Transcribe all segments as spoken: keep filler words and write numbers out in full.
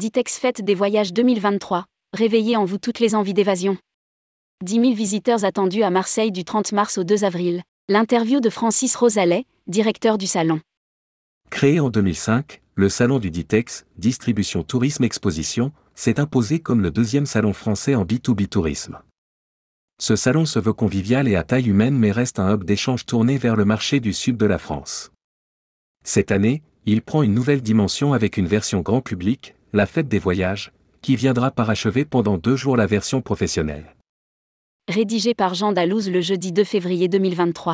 Ditex Fête des Voyages deux mille vingt-trois, réveillez en vous toutes les envies d'évasion. dix mille visiteurs attendus à Marseille du trente mars au deux avril. L'interview de Francis Rosalet, directeur du salon. Créé en deux mille cinq, le salon du Ditex, Distribution Tourisme Exposition, s'est imposé comme le deuxième salon français en B deux B tourisme. Ce salon se veut convivial et à taille humaine mais reste un hub d'échange tourné vers le marché du sud de la France. Cette année, il prend une nouvelle dimension avec une version grand public, la Fête des Voyages, qui viendra parachever pendant deux jours la version professionnelle. Rédigé par Jean Dalouse le jeudi deux février deux mille vingt-trois.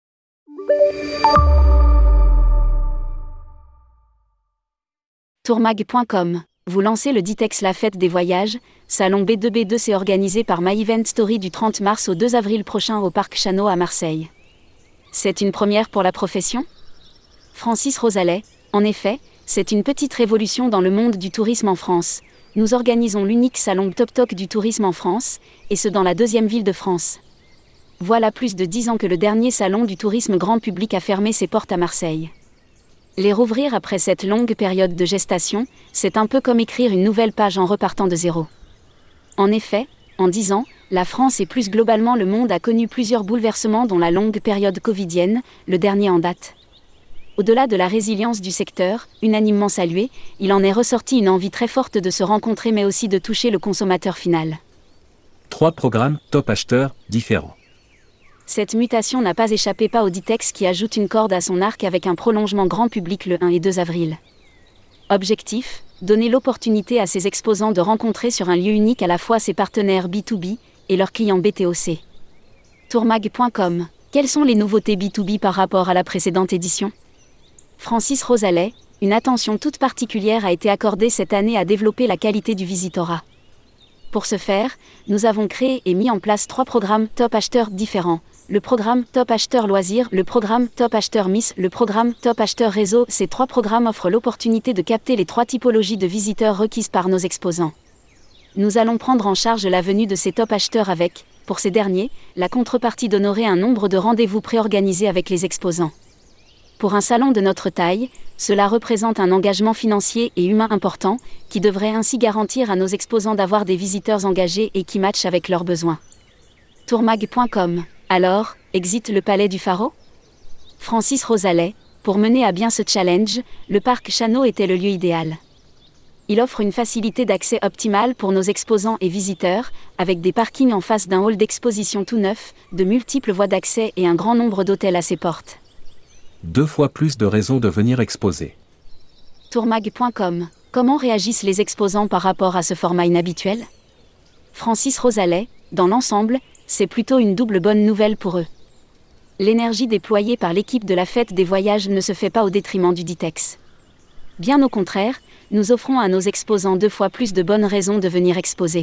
Tourmag point com. Vous lancez le Ditex La Fête des Voyages, salon B deux B deux C organisé par My Event Story du trente mars au deux avril prochain au Parc Chano à Marseille. C'est une première pour la profession ? Francis Rosalet. En effet, c'est une petite révolution dans le monde du tourisme en France. Nous organisons l'unique salon Top Talk du tourisme en France, et ce dans la deuxième ville de France. Voilà plus de dix ans que le dernier salon du tourisme grand public a fermé ses portes à Marseille. Les rouvrir après cette longue période de gestation, c'est un peu comme écrire une nouvelle page en repartant de zéro. En effet, en dix ans, la France et plus globalement le monde a connu plusieurs bouleversements dont la longue période covidienne, le dernier en date. Au-delà de la résilience du secteur, unanimement saluée, il en est ressorti une envie très forte de se rencontrer mais aussi de toucher le consommateur final. Trois programmes top acheteurs différents. Cette mutation n'a pas échappé pas au Ditex qui ajoute une corde à son arc avec un prolongement grand public le un et deux avril. Objectif, donner l'opportunité à ses exposants de rencontrer sur un lieu unique à la fois ses partenaires B deux B et leurs clients B T O C. Tourmag point com. Quelles sont les nouveautés B deux B par rapport à la précédente édition ? Francis Rosalet, une attention toute particulière a été accordée cette année à développer la qualité du visitorat. Pour ce faire, nous avons créé et mis en place trois programmes Top Acheteurs différents. Le programme Top Acheteur Loisirs, le programme Top Acheteur Miss, le programme Top Acheteur Réseau. Ces trois programmes offrent l'opportunité de capter les trois typologies de visiteurs requises par nos exposants. Nous allons prendre en charge la venue de ces top acheteurs avec, pour ces derniers, la contrepartie d'honorer un nombre de rendez-vous préorganisés avec les exposants. Pour un salon de notre taille, cela représente un engagement financier et humain important, qui devrait ainsi garantir à nos exposants d'avoir des visiteurs engagés et qui matchent avec leurs besoins. Tourmag point com. Alors, exit le Palais du Pharo ? Francis Rosalet. Pour mener à bien ce challenge, le Parc Chano était le lieu idéal. Il offre une facilité d'accès optimale pour nos exposants et visiteurs, avec des parkings en face d'un hall d'exposition tout neuf, de multiples voies d'accès et un grand nombre d'hôtels à ses portes. Deux fois plus de raisons de venir exposer. Tourmag point com. Comment réagissent les exposants par rapport à ce format inhabituel ? Francis Rosalet. Dans l'ensemble, c'est plutôt une double bonne nouvelle pour eux. L'énergie déployée par l'équipe de la Fête des Voyages ne se fait pas au détriment du Ditex. Bien au contraire, nous offrons à nos exposants deux fois plus de bonnes raisons de venir exposer.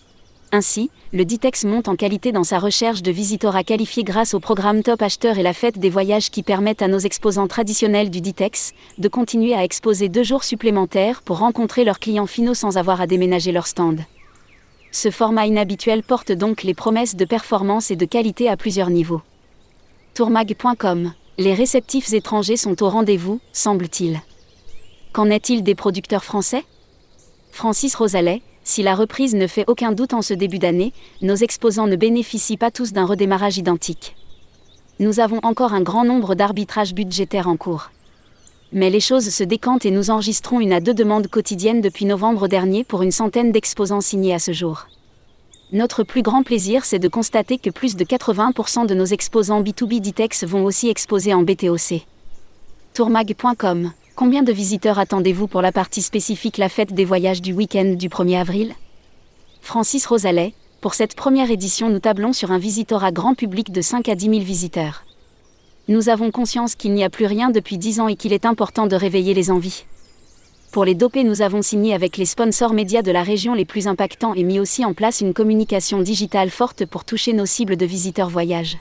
Ainsi, le Ditex monte en qualité dans sa recherche de visiteurs qualifiés grâce au programme Top Acheteur et la Fête des Voyages qui permettent à nos exposants traditionnels du Ditex de continuer à exposer deux jours supplémentaires pour rencontrer leurs clients finaux sans avoir à déménager leur stand. Ce format inhabituel porte donc les promesses de performance et de qualité à plusieurs niveaux. Tourmag point com. Les réceptifs étrangers sont au rendez-vous, semble-t-il. Qu'en est-il des producteurs français ? Francis Rosalet. Si la reprise ne fait aucun doute en ce début d'année, nos exposants ne bénéficient pas tous d'un redémarrage identique. Nous avons encore un grand nombre d'arbitrages budgétaires en cours. Mais les choses se décantent et nous enregistrons une à deux demandes quotidiennes depuis novembre dernier pour une centaine d'exposants signés à ce jour. Notre plus grand plaisir c'est de constater que plus de quatre-vingts pour cent de nos exposants B deux B Ditex vont aussi exposer en B T O C. Tourmag point com. Combien de visiteurs attendez-vous pour la partie spécifique la Fête des Voyages du week-end du premier avril ? Francis Rosalet. Pour cette première édition nous tablons sur un visitorat grand public de cinq à dix mille visiteurs. Nous avons conscience qu'il n'y a plus rien depuis dix ans et qu'il est important de réveiller les envies. Pour les doper nous avons signé avec les sponsors médias de la région les plus impactants et mis aussi en place une communication digitale forte pour toucher nos cibles de visiteurs voyage.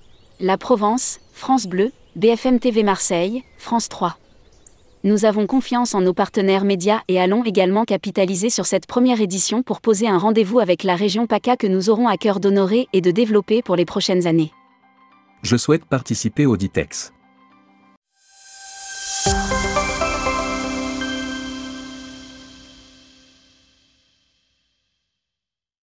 La Provence, France Bleu, B F M T V Marseille, France trois. Nous avons confiance en nos partenaires médias et allons également capitaliser sur cette première édition pour poser un rendez-vous avec la région PACA que nous aurons à cœur d'honorer et de développer pour les prochaines années. Je souhaite participer au Ditex.